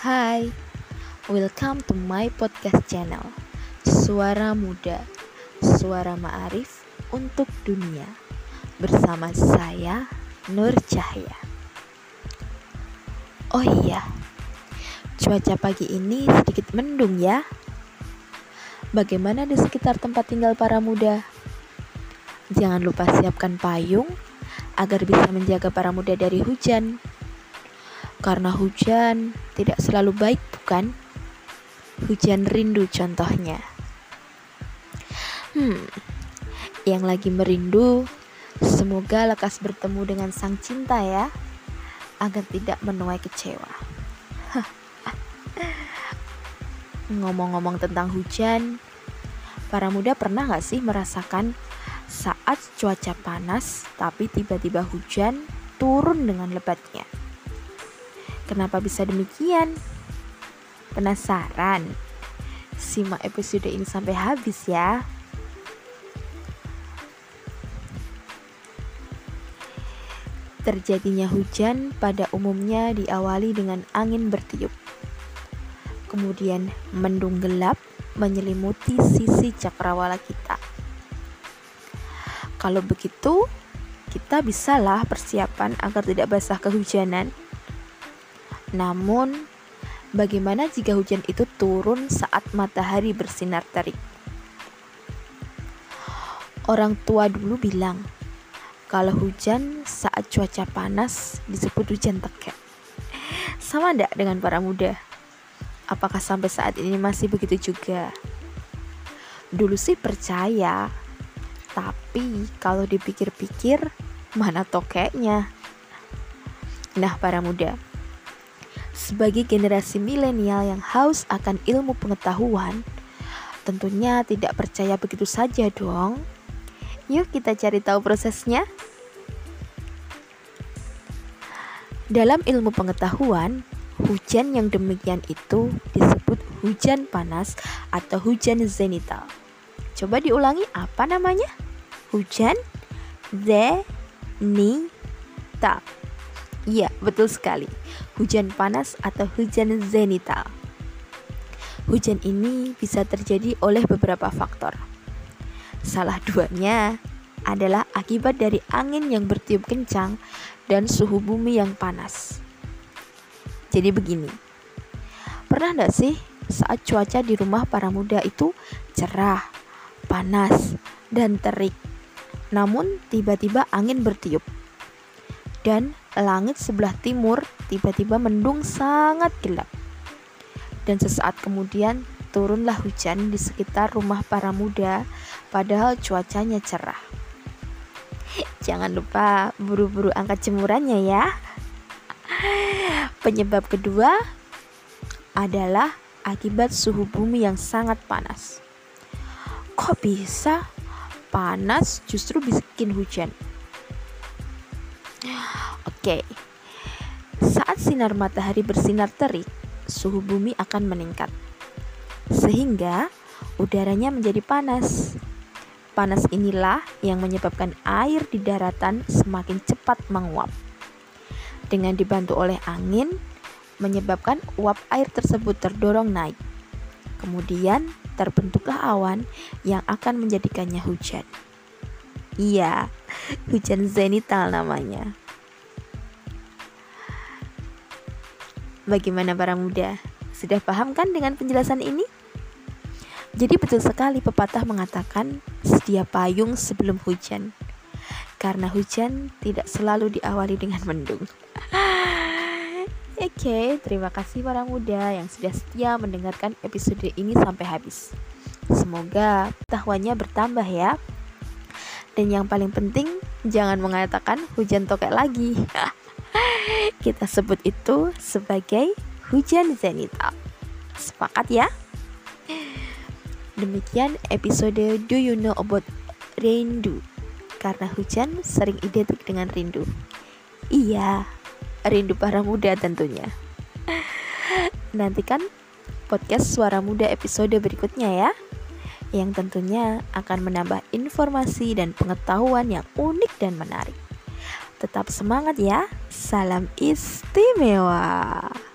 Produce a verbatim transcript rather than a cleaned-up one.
Hai, welcome to my podcast channel Suara Muda, Suara Ma'arif untuk Dunia. Bersama saya, Nur Cahya. Oh iya, cuaca pagi ini sedikit mendung ya. Bagaimana di sekitar tempat tinggal para muda? Jangan lupa siapkan payung agar bisa menjaga para muda dari hujan. Karena hujan tidak selalu baik, bukan? Hujan rindu contohnya. Hmm, yang lagi merindu, semoga lekas bertemu dengan sang cinta ya, agar tidak menuai kecewa. Ngomong-ngomong tentang hujan, para muda pernah gak sih merasakan saat cuaca panas tapi tiba-tiba hujan turun dengan lebatnya? Kenapa bisa demikian? Penasaran? Simak episode ini sampai habis ya. Terjadinya hujan pada umumnya diawali dengan angin bertiup. Kemudian mendung gelap menyelimuti sisi cakrawala kita. Kalau begitu, kita bisalah persiapan agar tidak basah kehujanan. Namun, bagaimana jika hujan itu turun saat matahari bersinar terik? Orang tua dulu bilang, kalau hujan saat cuaca panas disebut hujan teket. Sama enggak dengan para muda? Apakah sampai saat ini masih begitu juga? Dulu sih percaya, tapi kalau dipikir-pikir, mana tokeknya? Nah, para muda, sebagai generasi milenial yang haus akan ilmu pengetahuan, tentunya tidak percaya begitu saja dong. Yuk kita cari tahu prosesnya. Dalam ilmu pengetahuan, hujan yang demikian itu disebut hujan panas atau hujan zenital. Coba diulangi, apa namanya? Hujan zenital. Iya, betul sekali. Hujan panas atau hujan zenital. Hujan ini bisa terjadi oleh beberapa faktor. Salah duanya adalah akibat dari angin yang bertiup kencang dan suhu bumi yang panas. Jadi begini, pernah gak sih saat cuaca di rumah para muda itu cerah, panas, dan terik, namun tiba-tiba angin bertiup dan langit sebelah timur tiba-tiba mendung sangat gelap. Dan sesaat kemudian turunlah hujan di sekitar rumah para muda, padahal cuacanya cerah. Jangan lupa buru-buru angkat jemurannya ya. Penyebab kedua adalah akibat suhu bumi yang sangat panas. Kok bisa panas justru bikin hujan? Oke, saat sinar matahari bersinar terik, suhu bumi akan meningkat, sehingga udaranya menjadi panas. Panas inilah yang menyebabkan air di daratan semakin cepat menguap. Dengan dibantu oleh angin, menyebabkan uap air tersebut terdorong naik. Kemudian terbentuklah awan yang akan menjadikannya hujan. Iya, hujan zenital namanya. Bagaimana para muda? Sudah paham kan dengan penjelasan ini? Jadi betul sekali pepatah mengatakan sedia payung sebelum hujan. Karena hujan tidak selalu diawali dengan mendung. Oke, okay, terima kasih para muda yang sudah setia mendengarkan episode ini sampai habis. Semoga pengetahuannya bertambah ya. Dan yang paling penting, jangan mengatakan hujan tokek lagi. Kita sebut itu sebagai hujan zenital. Sepakat ya? Demikian episode Do You Know About Rindu? Karena hujan sering identik dengan rindu. Iya, rindu para muda tentunya. Nantikan podcast Suara Muda episode berikutnya ya, yang tentunya akan menambah informasi dan pengetahuan yang unik dan menarik. Tetap semangat ya. Salam istimewa.